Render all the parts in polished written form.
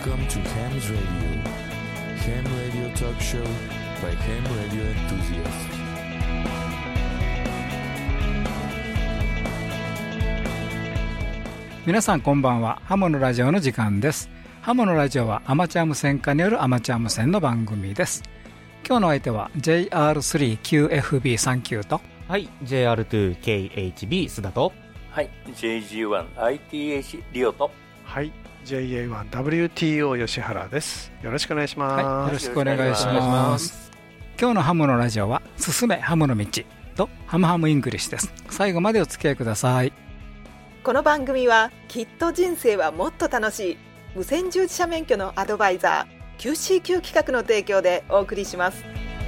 Welcome to Ham's Radio. Ham Radio Talk Show by Ham Radio Enthusiasts. 皆さんこんばんは。ハモのラジオの時間です。ハモのラジオはアマチュア無線化によるアマチュア無線の番組です。今日の相手は JR3QFB39 と、 はい、JR2KHB 須田と、 はい、JG1ITH リオと、 はい、JA1WTO 吉原です。よろしくお願いします。 はい、よろしくお願いします。今日のハモのラジオは進めハモの道とハムハムイングリッシュです。最後までお付き合いください。 この番組はきっと人生はもっと楽しい無線従事者免許のアドバイザー QCQ 企画の提供でお送りします。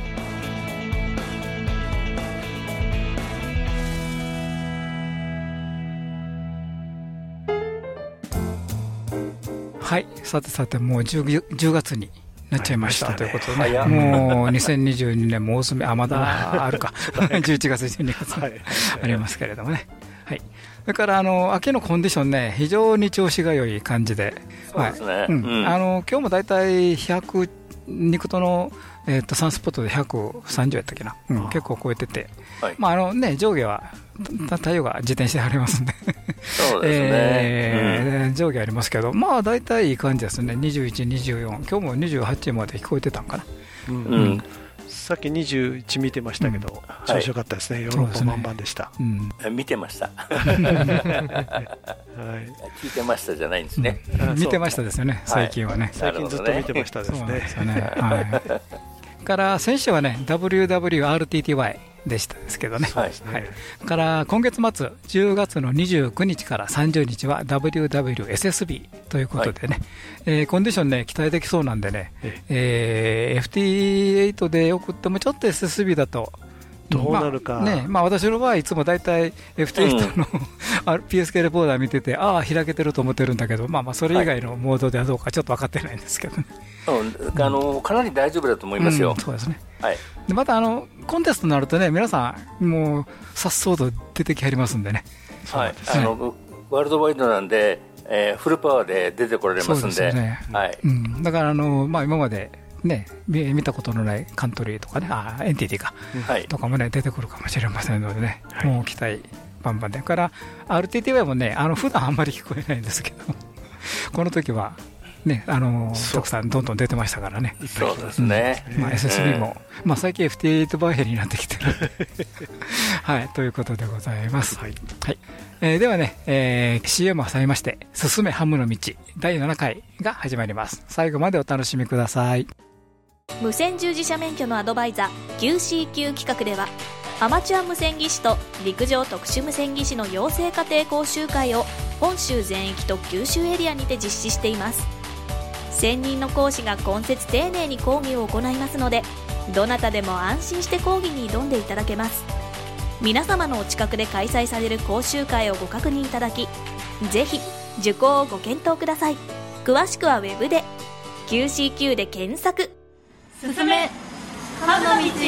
はい、さてもう 10月になっちゃいました、ということで、ね、もう2022年も大詰め、まだあるか11月12月ありますけれどもね、はい、それから秋のコンディションね、非常に調子が良い感じで、 そうですね、 今日もだいたい100ニクトの、3スポットで130やったっけな、結構超えてて、はい、上下は太陽が自転してありますんでそうですね、 上下ありますけど、だいたいいい感じですね。21、24、今日も28まで聞こえてたんかな、 さっき21見てましたけど、調子良かったですね。ヨーロッパ満々でした。 見てました聞いてましたじゃないんですね、 見てましたですよね、最近はね。 最近ずっと見てましたですね。 から先週はね WWRTTY でしたですけどね、から今月末10月の29日から30日は WWSSB ということでね、コンディションね期待できそうなんでね、FT8 で送ってもちょっと SSB だとどうなるか、 私の場合いつもだいたい FT8 の、PSK レポーダー見てて、開けてると思ってるんだけど、それ以外のモードではどうかちょっと分かってないんですけどね、 かなり大丈夫だと思いますよ、 そうですね、でまたコンテストになるとね、皆さんもうさっそうと出てきはりますんでね、 ワールドワイドなんで、フルパワーで出てこられますんで、 だから今までね、見たことのないカントリーとかね、エンティティか、とかもね出てくるかもしれませんのでね、もう期待バンバンで、から RTTY もね普段あんまり聞こえないんですけどこの時はねたくさんどんどん出てましたからね。 そうですね、 SSB も、最近 FT8 バーヘリになってきてるということでございます。ではね、CM を挟みまして進めハムの道第7回が始まります。最後までお楽しみください。 無線従事者免許のアドバイザー QCQ 企画では、アマチュア無線技師と陸上特殊無線技師の養成家庭講習会を本州全域と九州エリアにて実施しています。専任の講師が今節丁寧に講義を行いますので、どなたでも安心して講義に挑んでいただけます。皆様のお近くで開催される講習会をご確認いただき、ぜひ受講をご検討ください。詳しくはウェブで QCQ で検索。進めハムの道。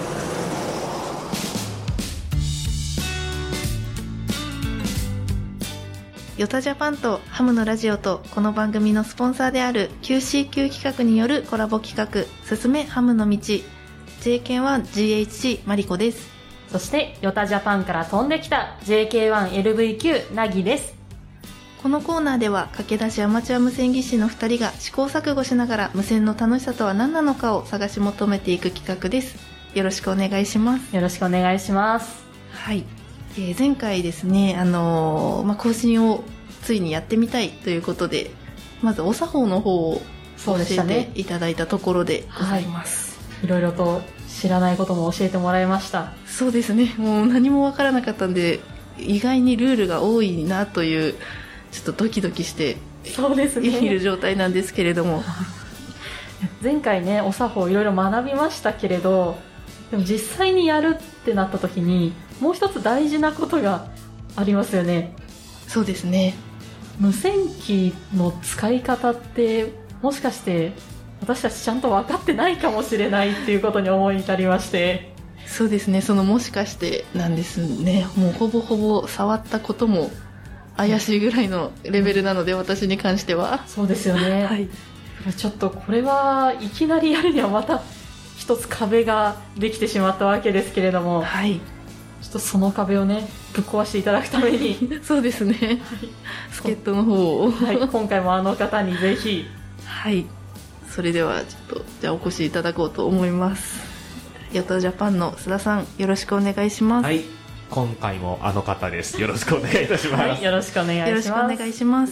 ヨタジャパンとハムのラジオとこの番組のスポンサーである QCQ 企画によるコラボ企画、進めハムの道。 JK1GHC マリコです。 そしてヨタジャパンから飛んできた JK1LVQ ナギです。 このコーナーでは駆け出しアマチュア無線技師の2人が試行錯誤しながら無線の楽しさとは何なのかを探し求めていく企画です。よろしくお願いします。 よろしくお願いします。 はい、前回ですね、更新をついにやってみたいということで、まずお作法の方を教えていただいたところでございます。 いろいろと知らないことも教えてもらいました。 そうですね、もう何もわからなかったんで、意外にルールが多いなという、ちょっとドキドキしている状態なんですけれども、 前回ねお作法いろいろ学びましたけれど、でも実際にやるってなった時にもう一つ大事なことがありますよね。 そうですね、 無線機の使い方ってもしかして私たちちゃんと分かってないかもしれないっていうことに思い至りまして。 そうですね、そのもしかしてなんですね。もうほぼほぼ触ったことも怪しいぐらいのレベルなので、私に関しては。 そうですよね、 ちょっとこれはいきなりやるにはまた一つ壁ができてしまったわけですけれども、 はい、 ちょっとその壁をねぶっ壊していただくためにそうですね、はい、助っ人の方を、 はい、今回もあの方にぜひ、 はい、それではちょっとじゃあお越しいただこうと思います。ヨタジャパンの須田さん、よろしくお願いします。 はい、今回もあの方です。よろしくお願いいたします。 はい、よろしくお願いします。 よろしくお願いします。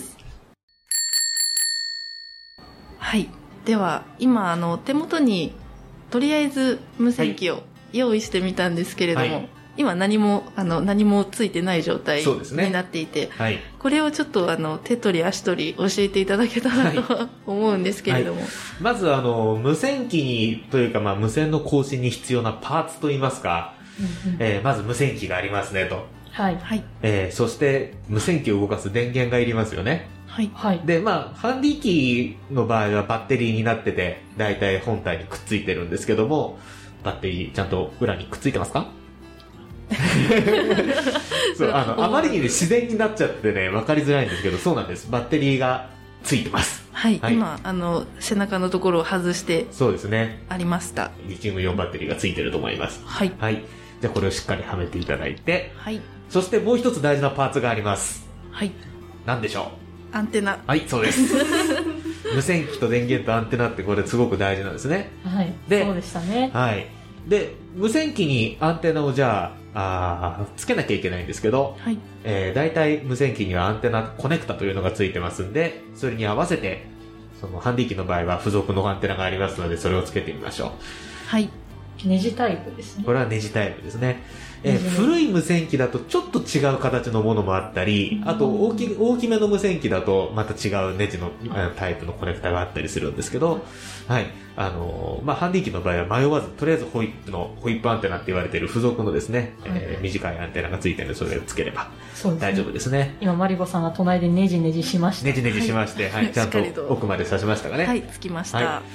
はい、では今手元にとりあえず無線機を用意してみたんですけれども、はい、今何もついてない状態になっていて、はい、これをちょっと手取り足取り教えていただけたらと思うんですけれども、はい、 まず無線機にというか、無線の更新に必要なパーツといいますか、まず無線機がありますねと、 はい、 そして無線機を動かす電源がいりますよね。 はい、 でハンディ機の場合はバッテリーになっててだいたい本体にくっついてるんですけども、バッテリーちゃんと裏にくっついてますか？そうあまりに、ね、自然になっちゃってね分かりづらいんですけど、そうなんです、バッテリーがついてます。 はい、今背中のところを外してそうですねありました。 リチウムイオンバッテリーがついてると思います。 はい、 はい、じゃあこれをしっかりはめていただいて、 はい、 そしてもう一つ大事なパーツがあります。 はい、 何でしょう？ アンテナ。 はい、そうです無線機と電源とアンテナってこれすごく大事なんですね。 はい、 でそうでしたね。 はい、で無線機にアンテナをじゃあつけなきゃいけないんですけど、 はい、 だいたい無線機にはアンテナコネクタというのがついてますんで、それに合わせてそのハンディ機の場合は付属のアンテナがありますので、それをつけてみましょう。 はい、 ネジタイプですね。 これはネジタイプですね。古い無線機だとちょっと違う形のものもあったり、あと大きめの無線機だとまた違うネジのタイプのコネクタがあったりするんですけど、はい、ハンディ機の場合は迷わずとりあえずホイップアンテナって言われている付属のですね、短いアンテナがついているので、それをつければ大丈夫ですね。 今マリコさんが隣でネジネジしました。 ネジネジしまして、はい、ちゃんと奥まで刺しましたかね。 はい、つきました。 はい、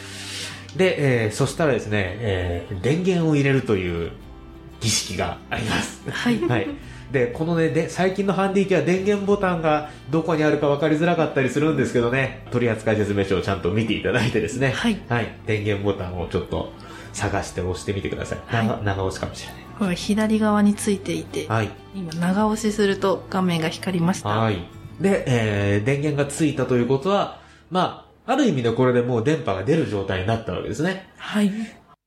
で、そしたらですね、電源を入れるという儀式があります。 はい。 はい。で、このね、最近のハンディ機は電源ボタンがどこにあるか分かりづらかったりするんですけどね、取扱説明書をちゃんと見ていただいてですね、 はい。 はい。電源ボタンをちょっと探して押してみてください。はい、長押しかもしれない。 これ左側についていて、はい。今長押しすると画面が光りました。 はい。で、電源がついたということは、ある意味でこれでもう電波が出る状態になったわけですね。 はい。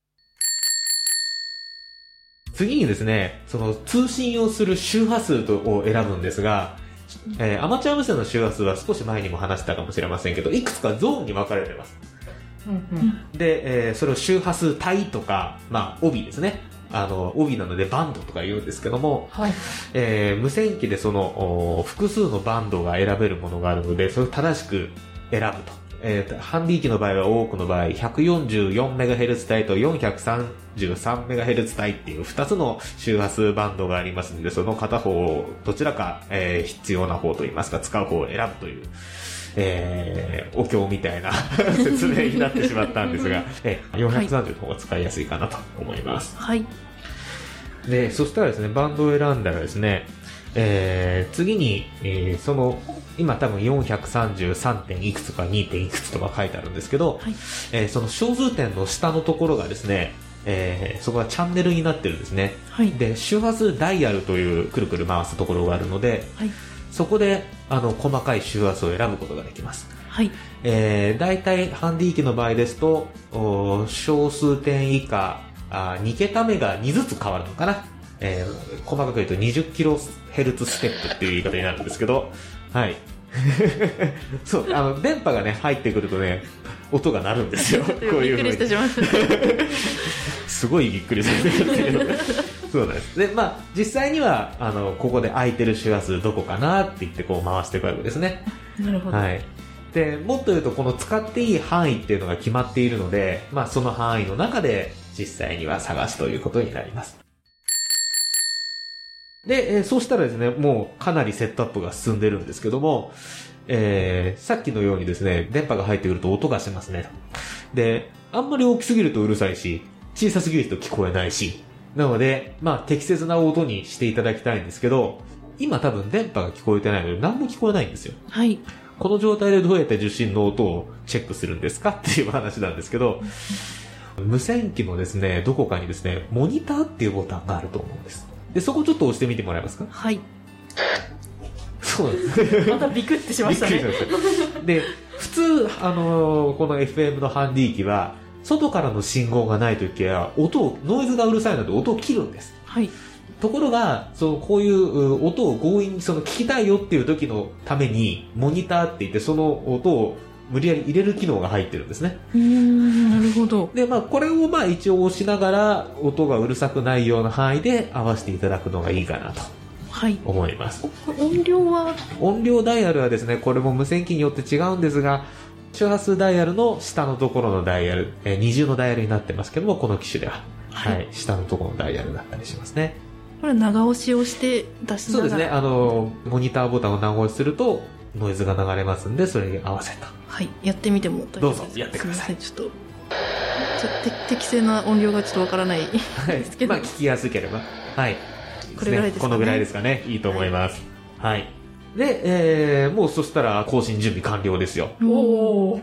次にですね、その通信をする周波数を選ぶんですが、アマチュア無線の周波数は少し前にも話したかもしれませんけど、いくつかゾーンに分かれてます。で、それを周波数帯とか、帯ですね。帯なのでバンドとか言うんですけども、 はい、 無線機でその複数のバンドが選べるものがあるので、それを正しく選ぶと。ハンディ機の場合は多くの場合 144MHz 帯と 433MHz 帯っていう2つの周波数バンドがありますので、その片方をどちらか、必要な方といいますか使う方を選ぶという、お経みたいな説明になってしまったんですが、430の方が使いやすいかなと思います。 はい。 で、そしたらですね、バンドを選んだらですね、次に、その今多分433点いくつか 2. 点いくつとか書いてあるんですけど、はい、その小数点の下のところがですね、そこがチャンネルになってるんですね。はい、で周波数ダイヤルというくるくる回すところがあるので、はい、そこで細かい周波数を選ぶことができます。 はい。 だいたいハンディ機の場合ですと小数点以下2桁目が2ずつ変わるのかな。細かく言うと 20kHz ステップっていう言い方になるんですけど、はい。そう、電波がね、入ってくるとね、音が鳴るんですよ。こういう風に。びっくりしてしまった。すごいびっくりするんですけど。そうなんです。で、実際には、ここで空いてる周波数どこかなって言ってこう回していくわけですね。 なるほど。 はい。で、もっと言うと、この使っていい範囲っていうのが決まっているので、その範囲の中で実際には探すということになります。で、そうしたらですね、もうかなりセットアップが進んでるんですけども、さっきのようにですね、電波が入ってくると音がしますね。で、あんまり大きすぎるとうるさいし、小さすぎると聞こえないし、なので、適切な音にしていただきたいんですけど、今多分電波が聞こえてないので何も聞こえないんですよ。 はい。 この状態でどうやって受信の音をチェックするんですかっていう話なんですけど、無線機のですね、どこかにですね、モニターっていうボタンがあると思うんです。で、そこをちょっと押してみてもらえますか？ はい。 そうなんです。 またビクってしましたね。 びっくりしました。で、普通、この FM のハンディ機は、外からの信号がないときは、ノイズがうるさいので音を切るんです。 はい。 ところが、こういう音を強引に聞きたいよっていう時のために、モニターって言って、その音を無理やり入れる機能が入ってるんですね。 なるほど。 で、これを一応押しながら、音がうるさくないような範囲で合わせていただくのがいいかなと。はい。思います。 音量ダイヤルはですね、これも無線機によって違うんですが、周波数ダイヤルの下のところのダイヤル、二重のダイヤルになってますけども、この機種では、はい、下のところのダイヤルだったりしますね。 これ長押しをして出しながら。 そうですね、モニターボタンを長押しすると、ノイズが流れますんで、それに合わせた。 はい、やってみても大丈夫ですか？ どうぞ、やってください。 ちょっと適正な音量がちょっとわからないですけど。 聞きやすければ。はい。 これぐらいですかね。 このぐらいですかね。いいと思います。はい。で、もうそしたら更新準備完了ですよ。 おー。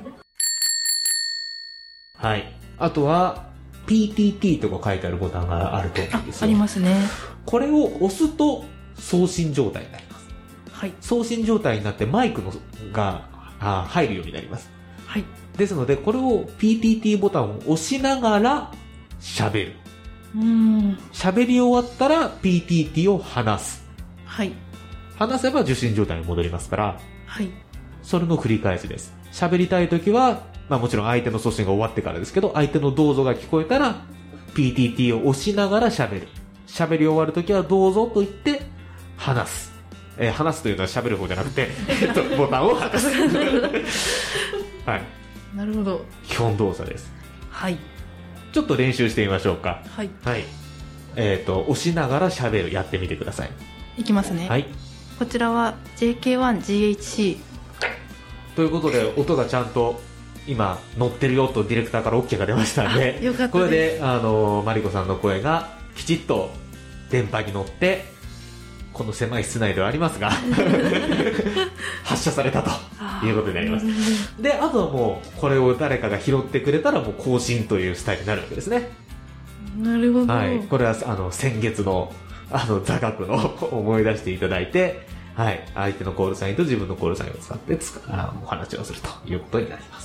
はい。あとは、PTT とか書いてあるボタンがあると思うんですよ。 ありますね。 これを押すと送信状態になります。 はい。 送信状態になってマイクが入るようになります。 はい。 ですので、これを PTT ボタンを押しながら喋る。喋り終わったら PTT を離す。 はい。 離せば受信状態に戻りますから、 はい。 それの繰り返しです。喋りたいときは、もちろん相手の送信が終わってからですけど、相手のどうぞが聞こえたら PTT を押しながら喋る。喋り終わるときはどうぞと言って離す。離すというのは喋る方じゃなくて、ボタンを離す。はい。 なるほど。 基本動作です。 はい。 ちょっと練習してみましょうか。 はい。 はい。押しながら喋る。やってみてください。 いきますね。 はい。 こちらは JK1GHC。 ということで、音がちゃんと今乗ってるよとディレクターから OK が出ましたんで、 よかったです。 これで、マリコさんの声がきちっと電波に乗って、この狭い室内ではありますが、発射されたということになります。で、あとはもう、これを誰かが拾ってくれたらもう更新というスタイルになるわけですね。 なるほど。 はい。これは、先月の、座学の思い出していただいて、はい。相手のコールサインと自分のコールサインを使ってお話をするということになります。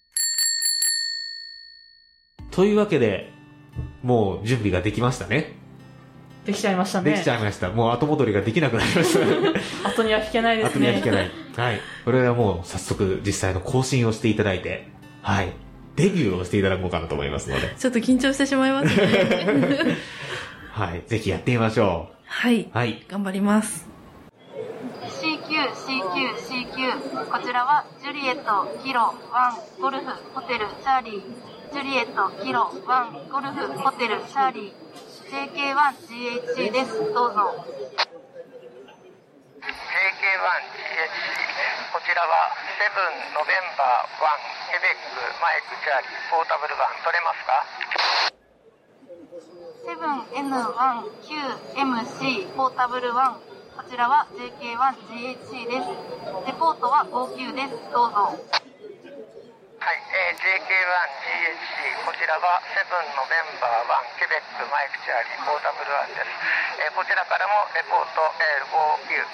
というわけで、もう準備ができましたね。 できちゃいましたね。 できちゃいました。もう後戻りができなくなりました。 後には引けないですね。 後には引けない。はい。これはもう早速実際の更新をしていただいて、はい。デビューをしていただこうかなと思いますので。 ちょっと緊張してしまいますね。 はい。ぜひやってみましょう。 はい。 はい。 頑張ります。 CQ、こちらはジュリエット、キロ、ワン、ゴルフ、ホテル、チャーリー。ジュリエット、キロ、ワン、ゴルフ、ホテル、チャーリー。JK1GHC です。どうぞ。 JK1GHC、こちらは7ノベンバー1ケベックマイクチャーリーポータブル1取れますか？ 7N1QMC ポータブル1、こちらは JK1GHC です。レポートは59です。どうぞ。 はい、JK1GHC、こちらは7ノベンバー1ケベックマイクチャーリーポータブル1です。こちらからもレポート、59、59です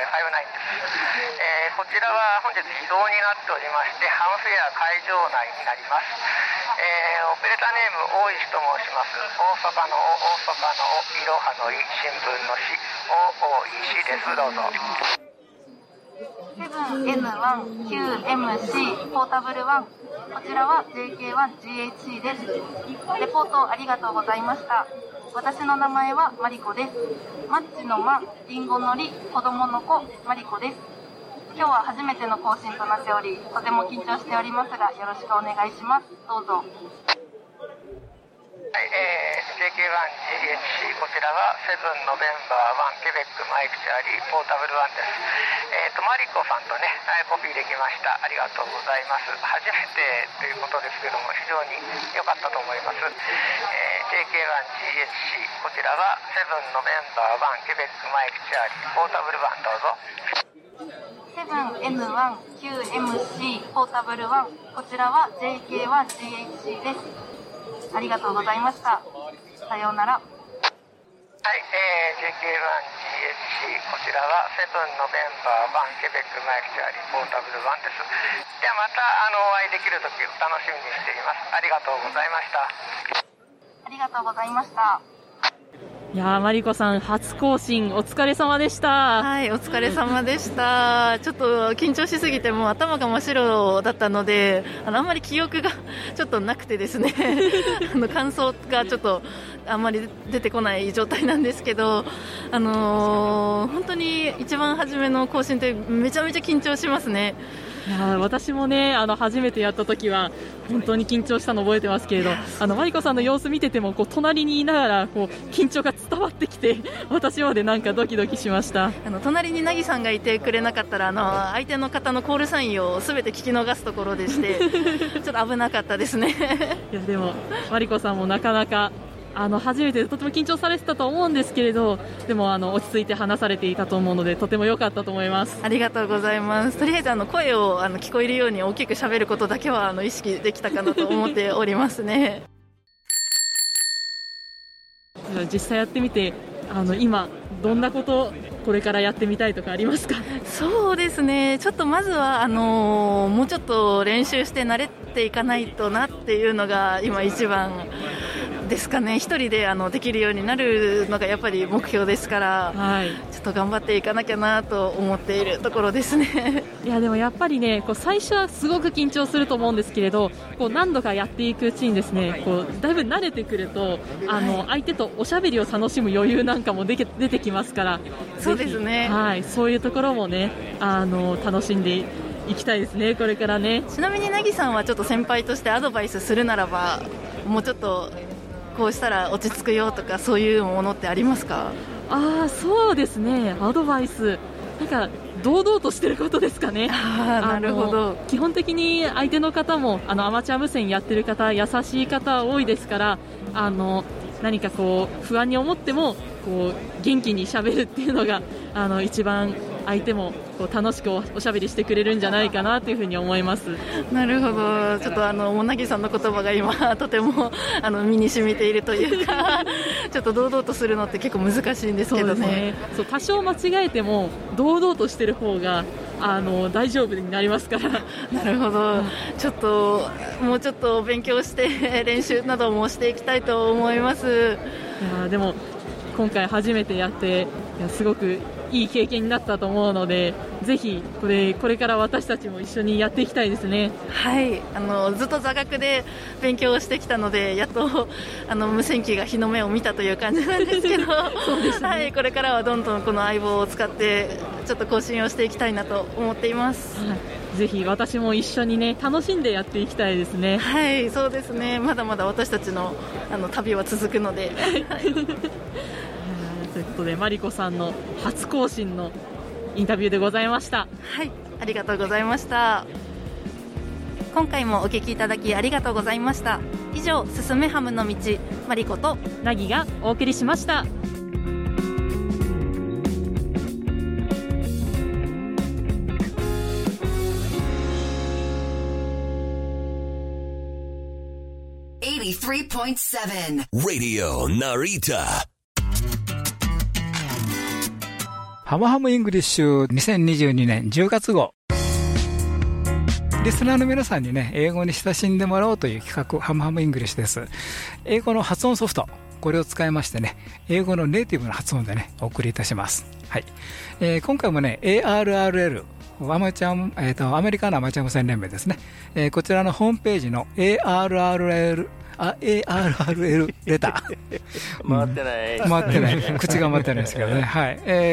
。こちらは本日移動になっておりまして、ハムフェア会場内になります。オペレーターネーム大石と申します。大阪のいろはのい、新聞のし、大石です。どうぞ。 7N1QMC ポータブル1、こちらは JK1GHC です。レポートありがとうございました。私の名前はマリコです。マッチのマ、リンゴのリ、子供の子、マリコです。今日は初めての更新となっており、とても緊張しておりますが、よろしくお願いします。どうぞ。 はい、JK1GHC、こちらは7ノベンバー1ケベックマイクチャーリーポータブル1です。マリコさんとね、コピーできました。ありがとうございます。初めてということですけども、非常に良かったと思います。JK1GHC、こちらは7ノベンバー1ケベックマイクチャーリーポータブル1、どうぞ。 7N1QMC ポータブル1、こちらは JK1GHC です。ありがとうございました。さようなら。 はい、JK1GHC、こちらはセブンノベンバー1ケベックマイクチャーリーポータブル1です。ではまたお会いできるとき楽しみにしています。ありがとうございました。 ありがとうございました。 いやー、マリコさん初更新お疲れ様でした。 はい、お疲れ様でした。ちょっと緊張しすぎてもう頭が真っ白だったので、あんまり記憶がちょっとなくてですね感想がちょっとあんまり出てこない状態なんですけど、本当に一番初めの更新ってめちゃめちゃ緊張しますね。 いや私もね初めてやった時は本当に緊張したの覚えてますけれど、マリコさんの様子見てても隣にいながら緊張が伝わってきて、私までなんかドキドキしました。 隣になぎさんがいてくれなかったら相手の方のコールサインを全て聞き逃すところでしてちょっと危なかったですねいやでもマリコさんもなかなか初めてとても緊張されてたと思うんですけれど、でも落ち着いて話されていたと思うのでとても良かったと思います。 ありがとうございます。とりあえず声を聞こえるように大きく喋ることだけは意識できたかなと思っておりますね実際やってみて今どんなことこれからやってみたいとかありますか？ そうですね、ちょっとまずはもうちょっと練習して慣れていかないとなっていうのが今一番ですかね。一人でできるようになるのがやっぱり目標ですから、はい、ちょっと頑張っていかなきゃなと思っているところですねいやでもやっぱりね最初はすごく緊張すると思うんですけれど、何度かやっていくうちにですねだいぶ慣れてくると相手とおしゃべりを楽しむ余裕なんかも出てきますから、 そうですね、 はい、そういうところもね楽しんでいきたいですね、これからね。 ちなみになぎさんはちょっと先輩としてアドバイスするならば、もうちょっとこうしたら落ち着くよとかそういうものってありますか？ そうですね、アドバイスなんか堂々としてることですかね。 なるほど。 基本的に相手の方もアマチュア無線やってる方優しい方多いですから、何か不安に思っても元気にしゃべるっていうのが一番相手も楽しくおしゃべりしてくれるんじゃないかなというふうに思います。 なるほど。ちょっともなぎさんの言葉が今とても身に染みているというかちょっと堂々とするのって結構難しいんですけどね。 そう多少間違えても堂々としてる方が大丈夫になりますからなるほど、ちょっともうちょっと勉強して練習などもしていきたいと思います。 いやでも今回初めてやってすごくいい経験になったと思うので、ぜひこれから私たちも一緒にやっていきたいですね。 はい、ずっと座学で勉強してきたのでやっと無線機が日の目を見たという感じなんですけどそうですね、はい、これからはどんどんこの相棒を使ってちょっと更新をしていきたいなと思っています。 はい、ぜひ私も一緒にね楽しんでやっていきたいですね。 はい、そうですね、まだまだ私たちの旅は続くのでということでマリコさんの初更新のインタビューでございました。 はい、ありがとうございました。今回もお聞きいただきありがとうございました。以上、すすめハムの道、マリコとナギがお送りしました。 83.7 Radio Narita。 ハムハムイングリッシュ2022年10月号。リスナーの皆さんにね、英語に親しんでもらおうという企画、ハムハムイングリッシュです。英語の発音ソフト、これを使いましてね、英語のネイティブな発音でね、お送りいたします。はい。今回もね、ARRL、アメリカのアマチュア無線連盟ですね。こちらのホームページの ARRLレター回ってない口が回ってないですけどね、はい。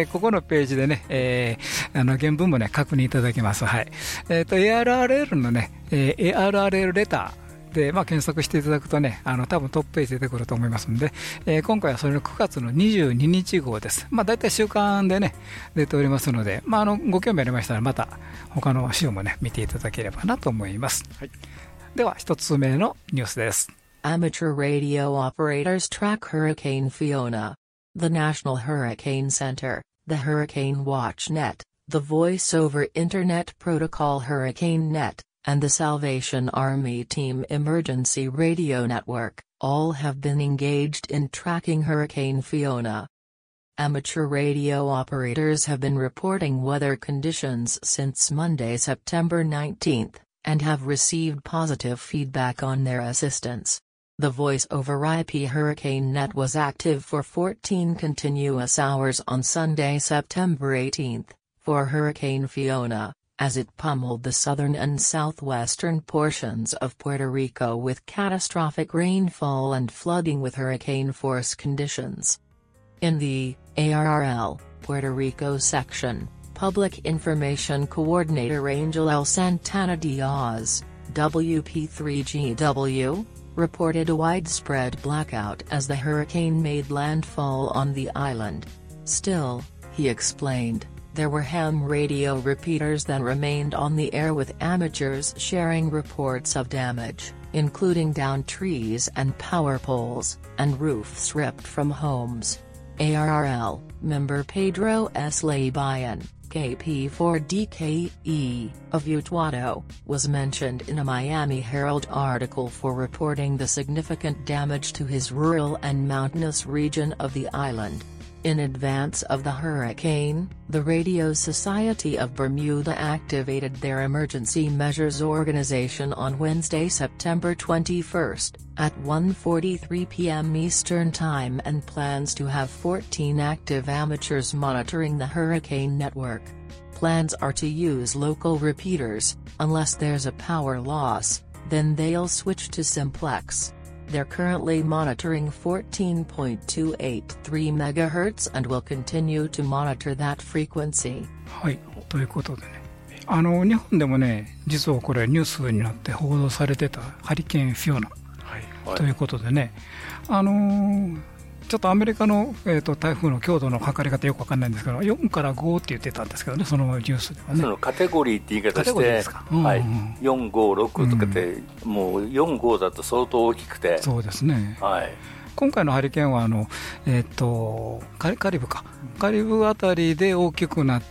ここのページでね、原文もね確認いただけます。はい。ARRL のね、ARRL レターで、検索していただくとね、多分トップページ出てくると思いますので、今回はそれの9月の22日号です。だいたい週間でね出ておりますので、ご興味ありましたらまた他の週もね見ていただければなと思います。はい、では一つ目のニュースです。 Amateur radio operators track Hurricane Fiona. The National Hurricane Center, the Hurricane Watch Net, the Voice over Internet Protocol HurricaneNet, and the Salvation Army Team Emergency Radio Network, all have been engaged in tracking Hurricane Fiona. Amateur radio operators have been reporting weather conditions since Monday, September 19th, and have received positive feedback on their assistance. The Voice over IP HurricaneNet was active for 14 continuous hours on Sunday, September 18th, for Hurricane Fiona, as it pummeled the southern and southwestern portions of Puerto Rico with catastrophic rainfall and flooding with hurricane-force conditions. In the ARRL, Puerto Rico section, Public Information Coordinator Angel L. Santana Diaz, WP3GW, reported a widespread blackout as the hurricane made landfall on the island. Still, he explained, there were ham radio repeaters that remained on the air with amateurs sharing reports of damage, including downed trees and power poles, and roofs ripped from homes. ARRL member Pedro S. Labayan, KP4DKE, of Utuado, was mentioned in a Miami Herald article for reporting the significant damage to his rural and mountainous region of the island. In advance of the hurricane, the Radio Society of Bermuda activated their Emergency Measures Organization on Wednesday, September 21st, at 1:43 p.m. Eastern Time and plans to have 14 active amateurs monitoring the hurricane network. Plans are to use local repeaters, unless there's a power loss, then they'll switch to simplex. They're currently monitoring 14.283 MHz and will continue to monitor that frequency. はい、ということでね、日本でもね、実はこれニュースになって報道されてたハリケーンフィオナ、はい、ということでね、ちょっとアメリカの、台風の強度の測り方よく分かんないんですけど、4から5って言ってたんですけどね、そのニュースではね。そのカテゴリーって言い方して、はい、4、5、6とかって、もう4、5だと相当大きくて。 そうですね。はい。今回のハリケーンはカリブか、カリブあたりで大きくなって、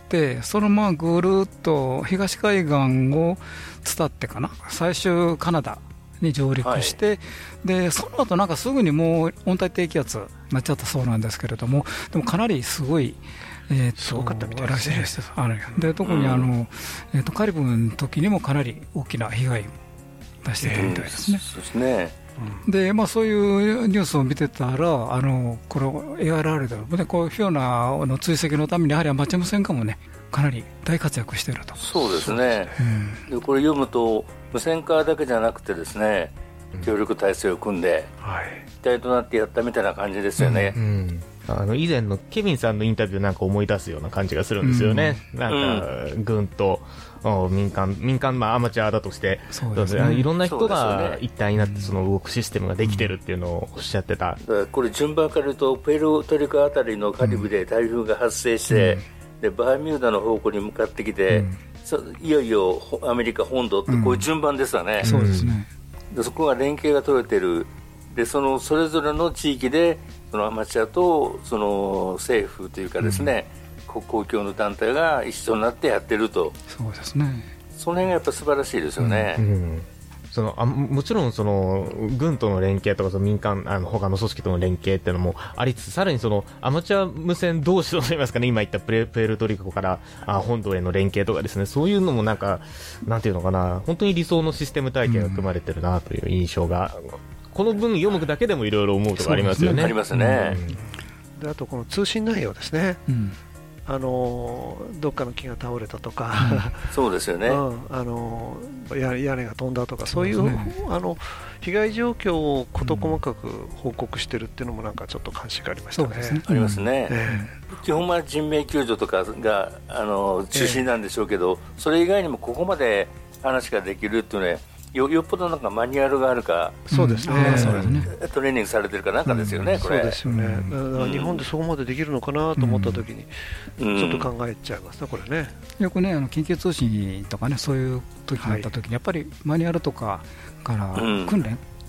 そのままぐるっと東海岸を伝ってかな、最終カナダに上陸して、はい、でその後なんかすぐにもう温帯低気圧になっちゃったそうなんですけれども、でもかなりすごい、 すごかったみたいですね。 で特にカリブの時にもかなり大きな被害を出してたみたいですね。 そうですね。 でそういうニュースを見てたら、この ARRL でもね、こうフィオナの追跡のためにやはりアマチュア無線化もね、かなり大活躍していると。 そうですね、でこれ読むと無線化だけじゃなくてですね、協力体制を組んで、一体となってやったみたいな感じですよね。 以前のケビンさんのインタビューなんか思い出すような感じがするんですよね。なんか軍と民間、アマチュアだとして、いろんな人が一体になってその動くシステムができてるっていうのをおっしゃってた。 これ順番から言うと、プエルトリコあたりのカリブで台風が発生して、でバーミューダの方向に向かってきて、いよいよアメリカ本土ってこういう順番ですわね。 そうですね。 でそこが連携が取れてる。でそれぞれの地域でそのアマチュアとその政府というかですね、公共の団体が一緒になってやってると。 そうですね。 その辺がやっぱ素晴らしいですよね。 もちろんその軍との連携とかその民間他の組織との連携っていうのもありつつ、さらにそのアマチュア無線同士といいますかね、今言ったプエルトリコから本土への連携とかですね、そういうのもなんかなんていうのかな、本当に理想のシステム体系が組まれてるなという印象が、この文読むだけでもいろいろ思うところありますよね。 ありますね。 であとこの通信内容ですね。どっかの木が倒れたとか、 そうですよね。 屋根が飛んだとか、そういう被害状況を事細かく報告してるっていうのもなんかちょっと関心がありましたね。 ありますね。基本は人命救助とかが中心なんでしょうけど、それ以外にもここまで話ができるっていうのはよっぽどなんかマニュアルがあるか、 そうですね、 トレーニングされてるかなんかですよね、これ。 そうですよね。だから日本でそこまでできるのかなと思ったときに、ちょっと考えちゃいますね、これね。 よくね、緊急通信とかね、そういう時になった時に、やっぱりマニュアルとかから訓練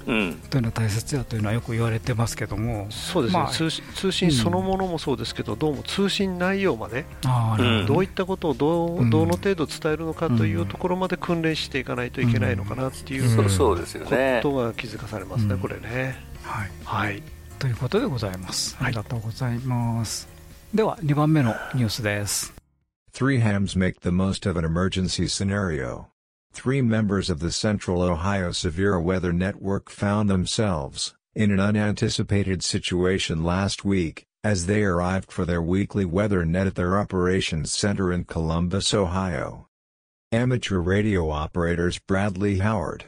というのは大切だというのはよく言われてますけども、 そうですね、通信そのものもそうですけど、どうも通信内容まで、どういったことをどの程度伝えるのかというところまで訓練していかないといけないのかなっていうことが気づかされますね、これね。 はい、ということでございます。ありがとうございます。では2番目のニュースです。 Three hams make the most of an emergency scenario. 3 members of the Central Ohio Severe Weather Network found themselves in an unanticipated situation last week, as they arrived for their weekly weather net at their operations center in Columbus, Ohio. Amateur radio operators Bradley Howard,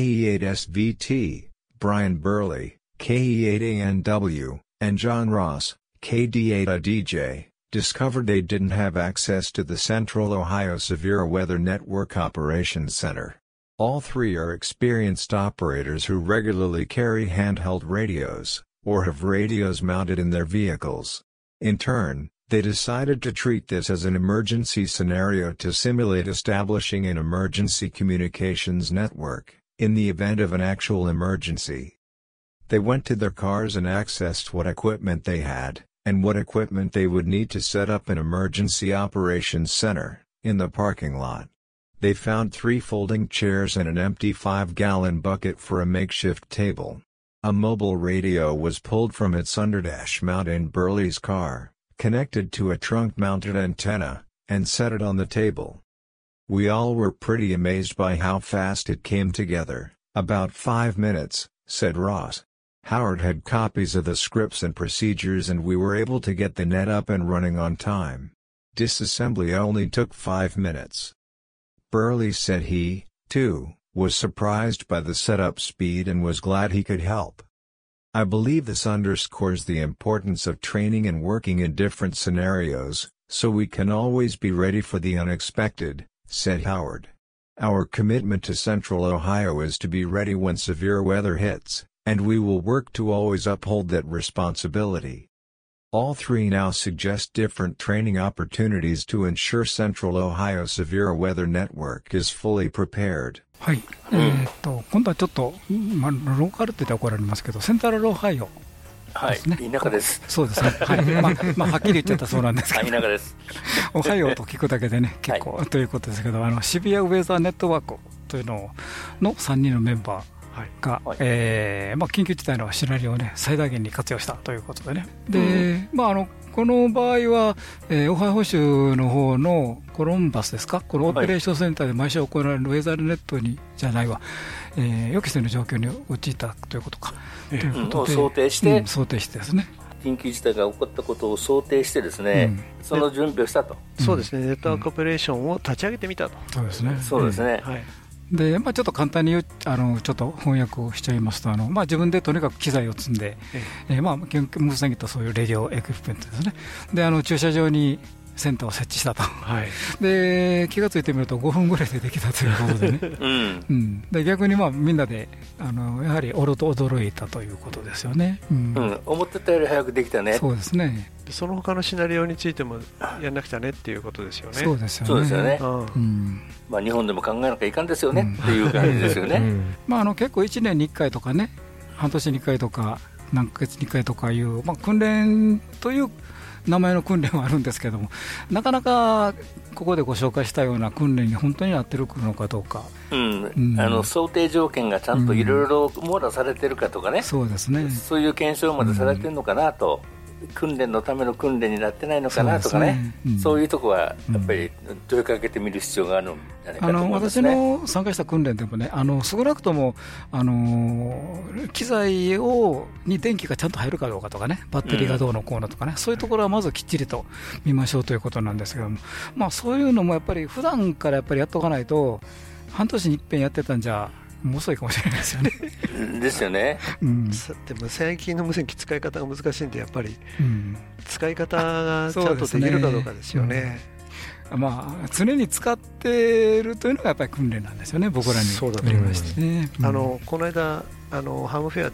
KE8SVT, Brian Burley, KE8ANW, and John Ross, KD8ADJ, discovered they didn't have access to the Central Ohio Severe Weather Network Operations Center. All 3 are experienced operators who regularly carry handheld radios, or have radios mounted in their vehicles. In turn, they decided to treat this as an emergency scenario to simulate establishing an emergency communications network, in the event of an actual emergency. They went to their cars and accessed what equipment they had, and what equipment they would need to set up an emergency operations center, in the parking lot. They found 3 folding chairs and an empty 5-gallon bucket for a makeshift table. A mobile radio was pulled from its underdash mount in Burley's car, connected to a trunk-mounted antenna, and set it on the table. We all were pretty amazed by how fast it came together, about 5 minutes, said Ross. Howard had copies of the scripts and procedures and we were able to get the net up and running on time. Disassembly only took 5 minutes. Burley said he, too, was surprised by the setup speed and was glad he could help. I believe this underscores the importance of training and working in different scenarios, so we can always be ready for the unexpected, said Howard. Our commitment to Central Ohio is to be ready when severe weather hits, and we will work to always uphold that responsibility. All 3 now suggest different training opportunities to ensure Central Ohio Severe Weather Network is fully prepared. はい、今度はちょっと、ローカルって言ったら怒られますけど、セントラルオハイオですね。 田舎です。 そうですね。はい。はっきり言っちゃったそうなんですけど。 田舎です。 オハイオと聞くだけでね、結構、ということですけど、シビアウェザーネットワークというのの3人のメンバーが、緊急事態のシナリオをね、最大限に活用したということでね。で、この場合は、オハイオ州の方のコロンバスですか、このオペレーションセンターで毎週行われるウェザーネットにじゃないわ、予期せぬ状況に陥ったということか、ということで想定して、 想定してですね、 緊急事態が起こったことを想定してですね、その準備をしたと。 そうですね、ネットワークオペレーションを立ち上げてみたと。 そうですね。 そうですね。はい。 でちょっと簡単にちょっと翻訳をしちゃいますと、自分でとにかく機材を積んで、無線機とそういうレディオエクイプメントですね、で駐車場にセンターを設置したと、で気がついてみると5分ぐらいでできたということでね、で逆にみんなでやはり驚いたということですよね、 思ってたより早くできたね。 そうですね。 その他のシナリオについてもやんなくちゃねっていうことですよね。 そうですよね。 そうですよね。日本でも考えなきゃいかんですよねっていう感じですよね。 結構1年に1回とかね、半年に1回とか何ヶ月に1回とかいう、訓練という名前の訓練はあるんですけども、なかなかここでご紹介したような訓練に本当になってるのかどうか、 想定条件がちゃんといろいろ網羅されてるかとかね、 そうですね、 そういう検証までされてるのかなと、訓練のための訓練になってないのかなとかね、そういうところはやっぱり問いかけてみる必要があるんじゃないかと思いますね。 私の参加した訓練でもね、少なくとも機材に電気がちゃんと入るかどうかとかね、バッテリーがどうのこうのとかね、そういうところはまずきっちりと見ましょうということなんですけども、そういうのもやっぱり普段からやっぱりやっておかないと、半年に一遍やってたんじゃもう遅いかもしれないですよね。 ですよね。 でも最近の無線機使い方が難しいんで、やっぱり使い方がちゃんとできるかどうかですよね。 常に使ってるというのがやっぱり訓練なんですよね、僕らにとりましてね。 この間ハムフェアで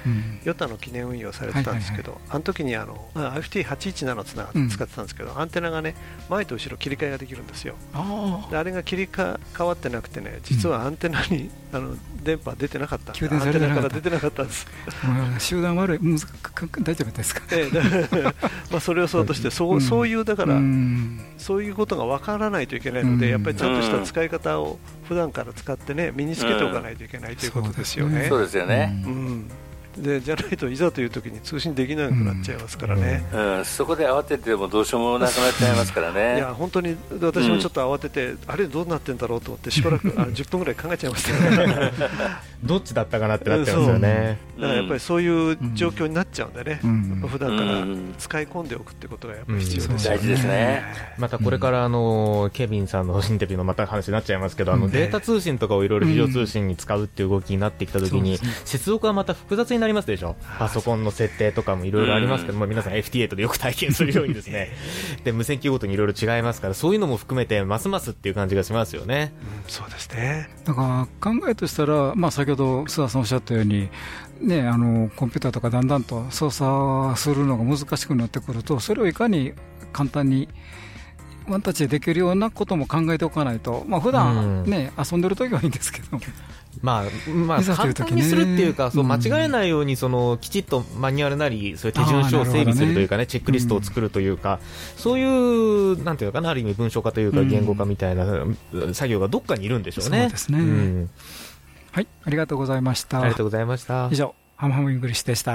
ヨタの記念運用されてたんですけど、あの時にIFT817 を使ってたんですけど、アンテナがね前と後ろ切り替えができるんですよ。であれが切り替わってなくてね、実はアンテナに電波出てなかったんで、アンテナから出てなかったんです。 集団悪い、大丈夫ですか。 まあそれをそうとしてそういうだからそういうことが分からないといけないので、やっぱりちゃんとした使い方を普段から使ってね身につけておかないといけないということですよね。 そうですよね。 でじゃないといざという時に通信できなくなっちゃいますからね、 そこで慌ててもどうしようもなくなっちゃいますからね。 いや本当に私もちょっと慌てて、あれどうなってんだろうと思ってしばらく10分ぐらい考えちゃいましたねどっちだったかなってなっちゃいますよね。 だからやっぱりそういう状況になっちゃうんでね、普段から使い込んでおくってことがやっぱり必要ですよね。 大事ですね。 またこれからケビンさんのインタビューのまた話になっちゃいますけど、データ通信とかをいろいろ非常通信に使うっていう動きになってきたときに、接続はまた複雑になりますでしょ。パソコンの設定とかもいろいろありますけど、皆さん FT8 でよく体験するようにですねで無線機ごとにいろいろ違いますから、そういうのも含めてますますっていう感じがしますよね。 そうですね。 だから考えとしたら、先ほど須田さんおっしゃったようにね、コンピューターとかだんだんと操作するのが難しくなってくると、それをいかに簡単にワンタッチでできるようなことも考えておかないと、普段ね、遊んでる時はいいんですけど、 簡単にするっていうか、間違えないようにきちっとマニュアルなりそういう手順書を整備するというかね、チェックリストを作るというか、そういうなんていうのかな、ある意味文章化というか言語化みたいな作業がどっかにいるんでしょうね。 そうですね。はい、ありがとうございました。 ありがとうございました。 以上、ハムハムイングリッシュでした。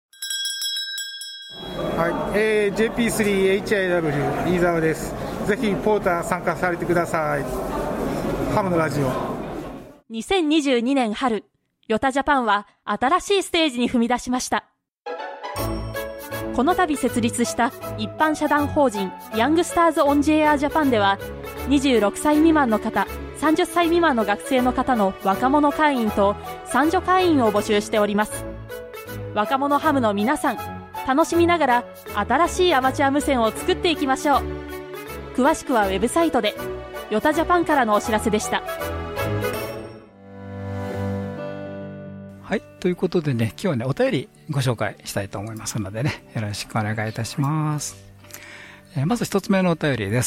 はい、JP3HIW 飯沢です。ぜひポーター参加されてください。ハムのラジオ。 2022年春、ヨタジャパンは新しいステージに踏み出しました。この度設立した一般社団法人ヤングスターズオンジエアジャパンでは、26歳未満の方、30歳未満の学生の方の若者会員と参助会員を募集しております。若者ハムの皆さん、楽しみながら新しいアマチュア無線を作っていきましょう。詳しくはウェブサイトで。ヨタジャパンからのお知らせでした。 はい、ということでね、今日はねお便りご紹介したいと思いますのでね、よろしくお願いいたします。まず一つ目のお便りです。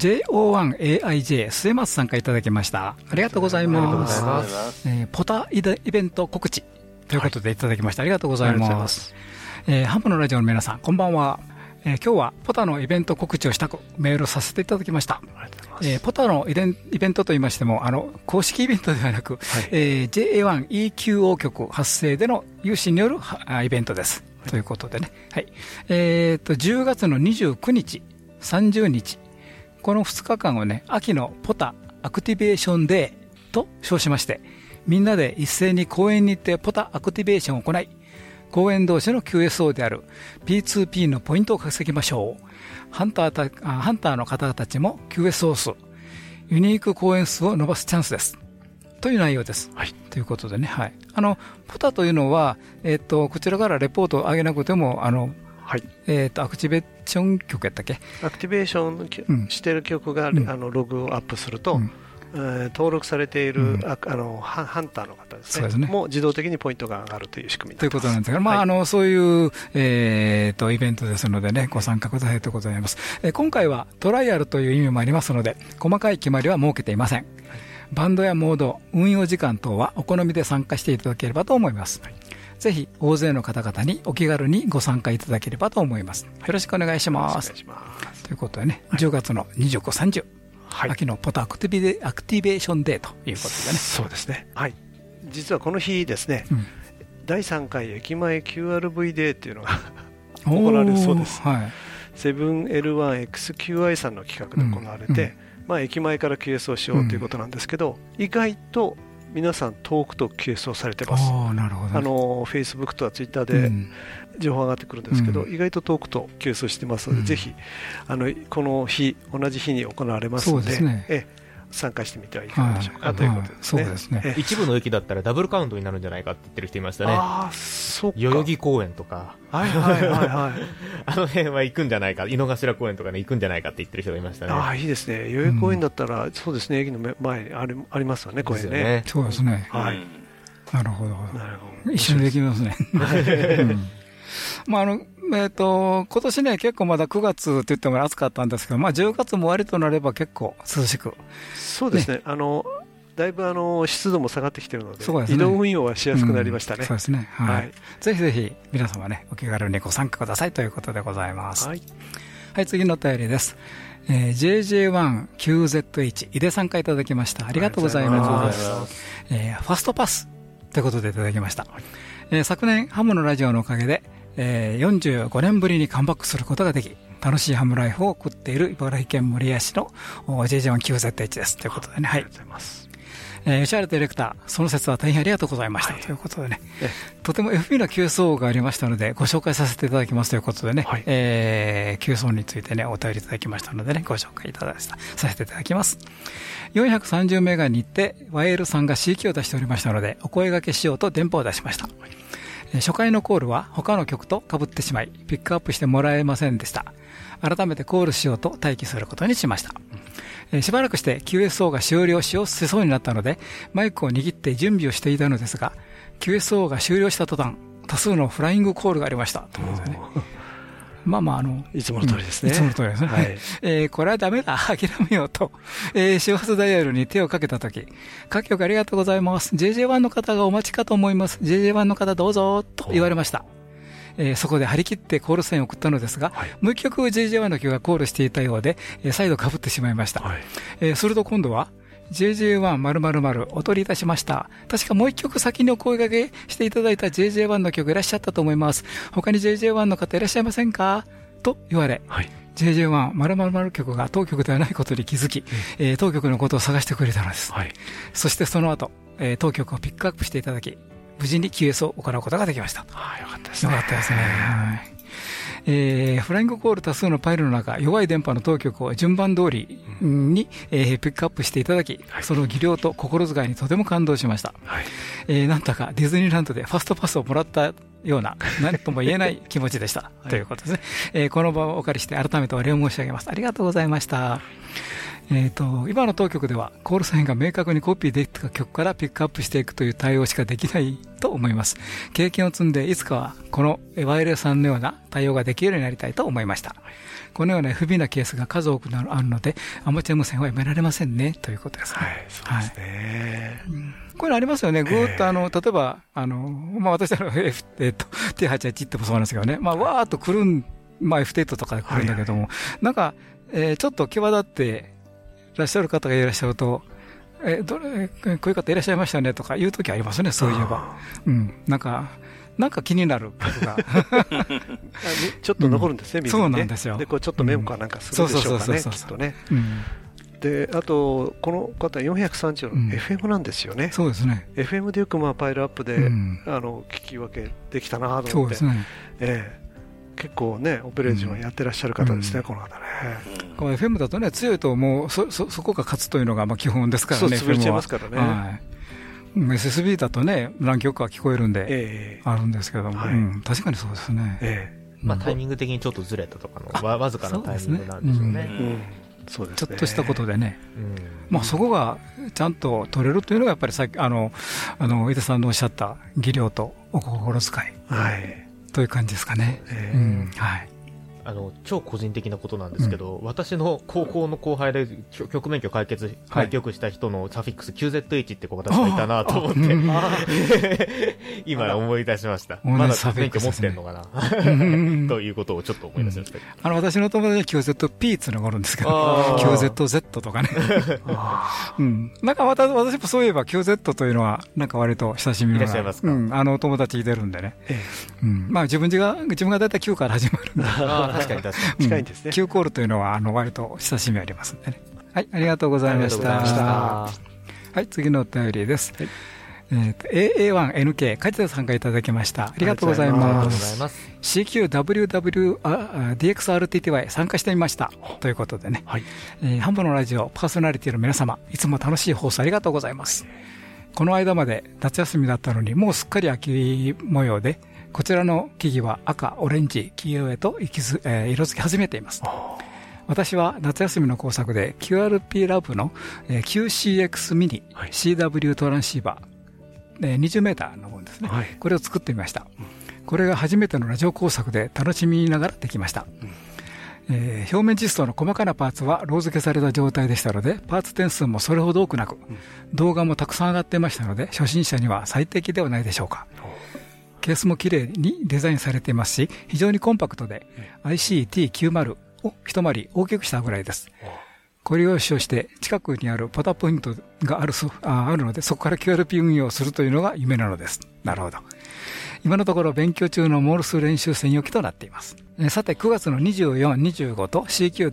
JO1AIJ 末松さんからいただきました。ありがとうございます。ポタイベント告知ということでいただきました。ありがとうございます。ハムのラジオの皆さん、こんばんは。今日はポタのイベント告知をしたくメールさせていただきました。ポタのイベントといいましても、公式イベントではなく、JA1EQO 局発生での有志によるイベントです。ということでね、はい、10月の29日、30日、この2日間をね、秋のポタアクティベーションデーと称しまして、みんなで一斉に公園に行ってポタアクティベーションを行い、公園同士の QSO である P2P のポイントを稼ぎましょう。ハンターの方たちも QSO 数、ユニーク公演数を伸ばすチャンスですという内容です。はい、ということでね、はい、ポタというのは、こちらからレポートを上げなくてもはい、アクティベーション曲やったっけ、 アクティベーションしている曲が、ログをアップすると、登録されている、ハンターの方ですね、もう自動的にポイントが上がるという仕組みになってます。 ということなんですが、はい、そういう、イベントですのでね、ご参加くださいとございます。今回はトライアルという意味もありますので、細かい決まりは設けていません。バンドやモード、運用時間等はお好みで参加していただければと思います。はい、ぜひ大勢の方々にお気軽にご参加いただければと思います。よろしくお願いします。ということでね、10月の29、30、はい、秋のポタアクティベーションデーということでね。 そうですね、はい、実はこの日ですね、第3回駅前 QRV デーっていうのが行われるそうです。はい、7L1XQI さんの企画で行われて、駅前から QS をしようということなんですけど、意外と皆さん遠くと QS をされてます。 なるほど、 Facebook とか Twitter で情報上がってくるんですけど、意外と遠くと QS をしてますので、ぜひこの日同じ日に行われますので、参加してみてはいかがでしょうか、ということですね。 そうですね。 一部の駅だったらダブルカウントになるんじゃないかって言ってる人いましたね。 そうか。 代々木公園とか、 はいはいはいはい、 あの辺は行くんじゃないか、井の頭公園とかね、行くんじゃないかって言ってる人がいましたね。 いいですね。代々木公園だったら、そうですね、駅の前にありますよね、公園ね。 そうですね。 はい。 なるほど。一緒にできますね。まあ今年ね、結構まだ9月って言っても暑かったんですけど、まあ10月も終わりとなれば結構涼しく。 そうですね。だいぶ湿度も下がってきているので、移動運用はしやすくなりましたね。 そうですね。はい。ぜひぜひ皆様ね、お気軽にご参加くださいということでございます。はい。はい、次のお便りです。JJ1QZH 井出さんからいただきました。ありがとうございます。ファストパスということでいただきました。昨年ハムのラジオのおかげで、45年ぶりにカムバックすることができ、楽しいハムライフを送っている茨城県守谷市の JJ1QZH ですということでね。はい。ありがとうございます。吉原ディレクター、その説は大変ありがとうございました、ということでね、とても FB な QSO がありましたのでご紹介させていただきますということでね、QSO についてねお便りいただきましたのでね、ご紹介させていただきます。430メガに行って YL さんが CQ を出しておりましたのでお声掛けしようと電波を出しました。初回のコールは他の曲と被ってしまいピックアップしてもらえませんでした。改めてコールしようと待機することにしました。しばらくして QSO が終了しそうになったのでマイクを握って準備をしていたのですが QSO が終了した途端多数のフライングコールがありましたということでね、まあいつもの通りですね。 いつもの通りですね。はい、これはダメだ、諦めようと、周波数ダイヤルに手をかけたとき、各局ありがとうございます。JJ1 の方がお待ちかと思います。JJ1 の方どうぞと言われました。そこで張り切ってコールサインを送ったのですが、もう一曲 JJ1 の曲がコールしていたようで、再度被ってしまいました。すると今度は、JJ1○○○お取りいたしました。確かもう一曲先にお声掛けしていただいた JJ1 の曲いらっしゃったと思います。他に JJ1 の方いらっしゃいませんかと言われ、JJ1○○○曲が当局ではないことに気づき、当局のことを探してくれたのです。そしてその後、当局をピックアップしていただき、無事に QS を行うことができました。よかったですね。よかったですね。フライングコール多数のパイルの中、弱い電波の当局を順番通りに、ピックアップしていただき、その技量と心遣いにとても感動しました。なんだかディズニーランドでファストパスをもらったような、何とも言えない気持ちでした。ということですね。この場をお借りして改めてお礼を申し上げます。ありがとうございました。今の当局ではコールサインが明確にコピーできた曲からピックアップしていくという対応しかできないと思います。経験を積んでいつかはこのワイヤレスさんのような対応ができるようになりたいと思いました。このような不備なケースが数多くあるのでアマチュア無線はやめられませんねということですね。 そうですね。 これありますよね。ぐーっと例えば私はT88 ってもそうなんですけどね、わーっと来るF8 とかで来るんだけども、なんかちょっと際立っていらっしゃる方がいらっしゃると、こういう方いらっしゃいましたねとか言うときありますね、そういえば。なんか気になることがちょっと残るんですね、みんなね。 そうなんですよ。 で、こうちょっとメモかなんかするでしょうかね、きっとね。で、あと、この方430の FM なんですよね。 そうですね。 FM でよくパイルアップで聞き分けできたなと思って。そうですね。結構ね、オペレーションやってらっしゃる方ですね、この方ね。 この FM だとね、強いともうそこが勝つというのが基本ですからね、 そう、潰れちゃいますからね。 SSB だとね、何曲か聞こえるんで、あるんですけども、確かにそうですね。 タイミング的にちょっとずれたとかのわずかなタイミングなんでしょうね。 ちょっとしたことでね、そこがちゃんと取れるというのがやっぱりさっき井田さんのおっしゃった技量とお心遣い。という感じですかね。 超個人的なことなんですけど、私の高校の後輩で局免許開局した人のサフィックス QZH って子が確かいたなと思って今思い出しました。まだ免許持ってんのかなということをちょっと思い出しました。 私の友達は QZP っていうのがあるんですけど、QZZ とかね。なんか私もそういえば QZ というのはなんか割と親しみがいらっしゃいますか。 友達いてるんでね。自分がだいたい9から始まるんで。 確かに近いんですね。Q コールというのは割と親しみありますんでね。はい、ありがとうございました。はい、次のお便りです。AA1NK 梶田さんがいただきました。ありがとうございます。CQWWDXRTTY 参加してみましたということでね、ハムのラジオパーソナリティの皆様、いつも楽しい放送ありがとうございます。この間まで夏休みだったのにもうすっかり秋模様で、こちらの木々は赤、オレンジ、黄色へと色づき始めています。私は夏休みの工作で QRP ラブの QCX ミニ CW トランシーバ 20メーターのものですね、これを作ってみました。これが初めてのラジオ工作で楽しみながらできました。表面窒素の細かなパーツはロー付けされた状態でしたので、パーツ点数もそれほど多くなく、動画もたくさん上がっていましたので、初心者には最適ではないでしょうか。ケースも綺麗にデザインされていますし、非常にコンパクトで ICT90 を一回り大きくしたぐらいです。これを使用して近くにあるポタポイントがあるので、そこから QRP 運用をするというのが夢なのです。なるほど。今のところ勉強中のモールス練習専用機となっています。さて9月の24、25と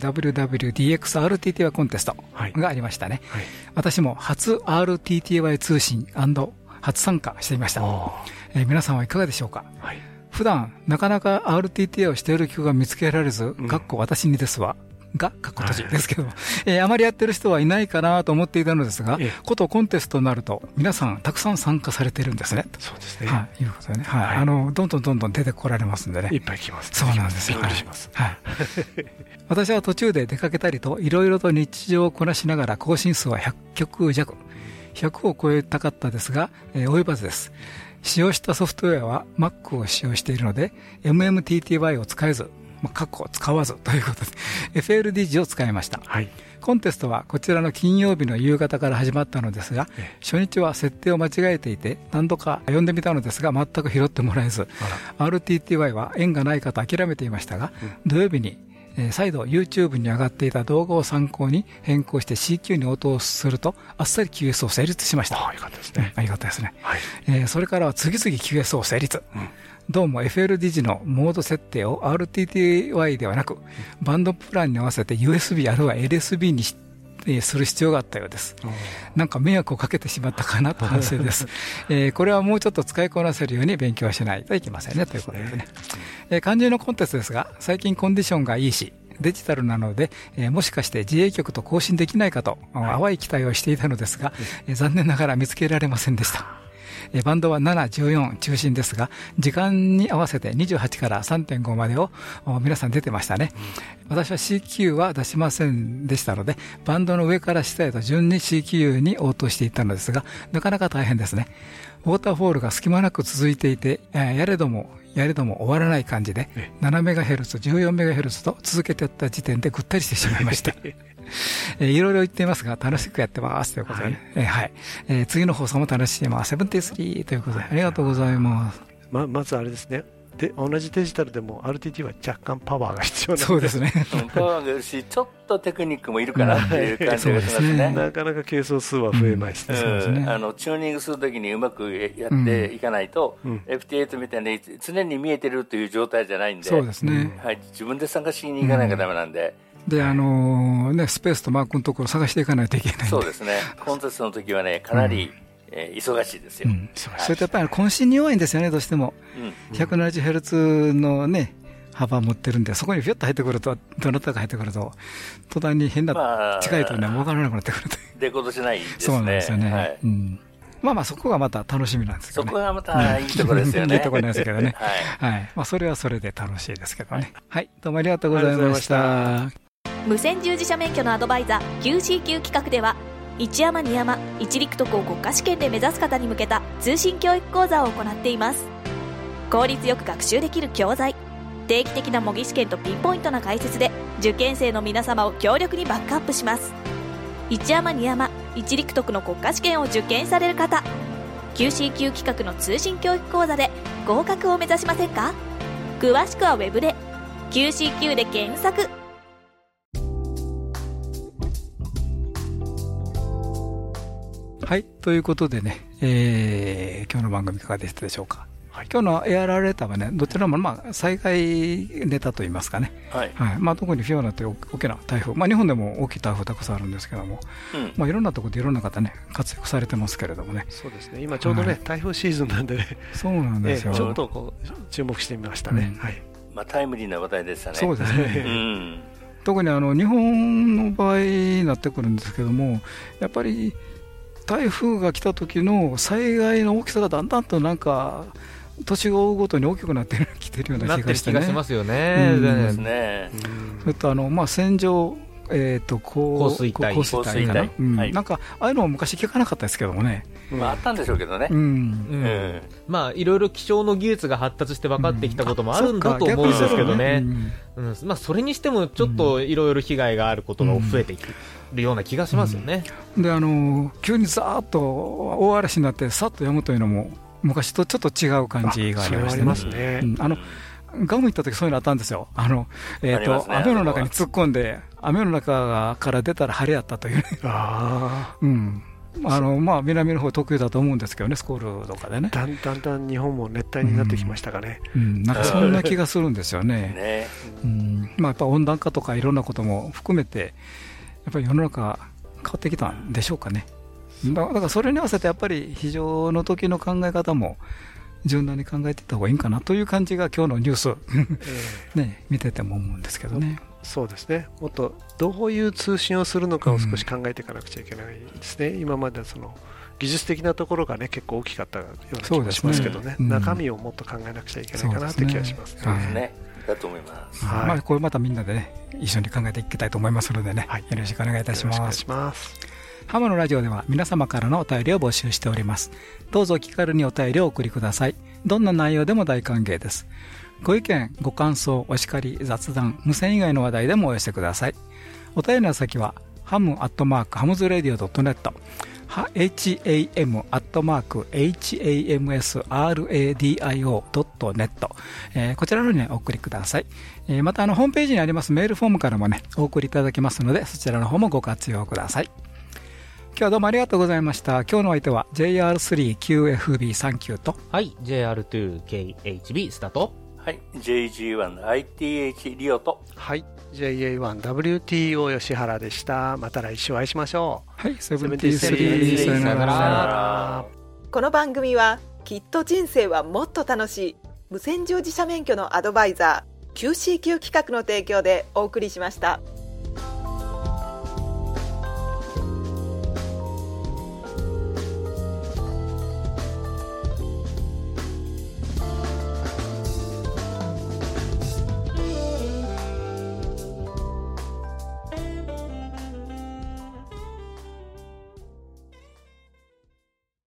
CQWWDXRTTY コンテストがありましたね、私も初 RTTY 通信&初参加していました。皆さんはいかがでしょうか。普段なかなか RTTY をしている曲が見つけられず、私にですわが閉じですけど、あまりやってる人はいないかなと思っていたのですが、ことコンテストになると皆さんたくさん参加されているんですね。そうですね。いうことでね、どんどん出てこられますんでね。いっぱい来ます。そうなんですよ。私は途中で出かけたりといろいろと日常をこなしながら更新数は100曲弱、100を超えたかったですが、及ばずです。使用したソフトウェアは Mac を使用しているので MMTTY を使えず、使わずということで FLDG を使いました。コンテストはこちらの金曜日の夕方から始まったのですが、初日は設定を間違えていて何度か読んでみたのですが全く拾ってもらえず、RTTY は縁がないかと諦めていましたが、土曜日に再度 YouTube に上がっていた動画を参考に変更して CQ に応答するとあっさり QS を成立しました。よかったですね。よかったですね。それからは次々 QS を成立。どうも FLDG のモード設定を RTTY ではなくバンドプランに合わせて USB あるいは LSB にする必要があったようです。なんか迷惑をかけてしまったかなと反省です。これはもうちょっと使いこなせるように勉強しないといけませんねということですね。肝心のコンテストですが、最近コンディションがいいしデジタルなので、もしかして自営局と更新できないかと淡い期待をしていたのですが、残念ながら見つけられませんでした。バンドは7、14中心ですが、時間に合わせて28から 3.5 までを皆さん出てましたね。私は CQ は出しませんでしたので、バンドの上から下へと順に CQ に応答していったのですが、なかなか大変ですね。ウォーターフォールが隙間なく続いていて、やれども終わらない感じで 7MHz、14MHz と続けていった時点でぐったりしてしまいました。いろいろ言っていますが楽しくやってますということで、次の放送も楽しみます。73ということでありがとうございます。 まずあれですね、で同じデジタルでも RTT は若干パワーが必要なんで、 そうですねパワーがいるしちょっとテクニックもいるかなっていう感じがしますね。 なかなか係数数は増えないし、チューニングするときにうまくやっていかないと、FT8 みたいに常に見えてるという状態じゃないんで、 そうですね、 自分で探しに行かなきゃダメなんで、 でスペースとマークのところを探していかないといけない。 そうですね。コンテストの時はねかなり、忙しいですよ。 それとやっぱり渾身に弱いんですよね、どうしても。170Hz のね幅を持ってるんで、そこにフィュッと入ってくると、どなたが入ってくると途端に変な近いとね分からなくなってくるという。 レコードしないですね。 そうなんですよね。そこがまた楽しみなんですけどね。 そこがまたいいところですよね。 いいところなんですけどね。それはそれで楽しいですけどね。どうもありがとうございました。 無線従事者免許のアドバイザー QCQ 企画では、一山二山一陸徳を国家試験で目指す方に向けた通信教育講座を行っています。効率よく学習できる教材、定期的な模擬試験とピンポイントな解説で受験生の皆様を強力にバックアップします。一山二山一陸徳の国家試験を受験される方、 QCQ 企画の通信教育講座で合格を目指しませんか。詳しくはウェブで QCQ で検索。 ということでね、今日の番組いかがでしたでしょうか。今日のエアラーレターはね、どちらも災害ネタといいますかね、特にフィオナという大きな台風、日本でも大きい台風たくさんあるんですけども、いろんなところでいろんな方ね活躍されてますけれどもね。 そうですね、今ちょうどね、台風シーズンなんでね、 そうなんですよ、 ちょっと注目してみましたね。 タイムリーな話題でしたね。 そうですね特に日本の場合になってくるんですけども、やっぱり台風が来た時の災害の大きさがだんだんとなんか年を追うごとに大きくなってきてるような気がしてね。 なってる気がしますよね。 それと線状降水帯かな、なんかああいうのも昔聞かなかったですけどもね、 あったんでしょうけどね、 まあいろいろ気象の技術が発達して分かってきたこともあるんだと思うんですけどね、まあそれにしてもちょっといろいろ被害があることが増えているような気がしますよね。 で急にザーッと大嵐になってさっと止むというのも昔とちょっと違う感じがありましたね。ガム行った時そういうのあったんですよ。雨の中に突っ込んで雨の中から出たら晴れやったという、まあ南の方得意だと思うんですけどね、スコールとかでね。 だんだん日本も熱帯になってきましたかね。 なんかそんな気がするんですよね。まあやっぱ温暖化とかいろんなことも含めてやっぱり世の中変わってきたんでしょうかね。だからそれに合わせてやっぱり非常の時の考え方も柔軟に考えていった方がいいんかなという感じが今日のニュース、見てても思うんですけどね。 そうですね、もっとどういう通信をするのかを少し考えていかなくちゃいけないですね。今までその技術的なところがね結構大きかったような気もしますけどね、中身をもっと考えなくちゃいけないかなって気がしますね。 だと思います。 まあこれまたみんなでね一緒に考えていきたいと思いますのでね、よろしくお願いいたします。ハムのラジオでは皆様からのお便りを募集しております。どうぞ気軽にお便りをお送りください。どんな内容でも大歓迎です。ご意見、ご感想、お叱り、雑談、無線以外の話題でもお寄せください。お便りの先はham@hamsradio.net ham@hamsradio.net、こちらの方にお送りください。またホームページにありますメールフォームからもねお送りいただけますので、そちらの方もご活用ください。今日はどうもありがとうございました。今日の相手は JR3QFB39 と、 はい JR2KHB スタと、 はい JG1ITH リオと、 はい JA1WTO 吉原でした。また来週お会いしましょう。 はい、73さよなら。 この番組はきっと人生はもっと楽しい無線乗自社免許のアドバイザー QCQ 企画の提供でお送りしました。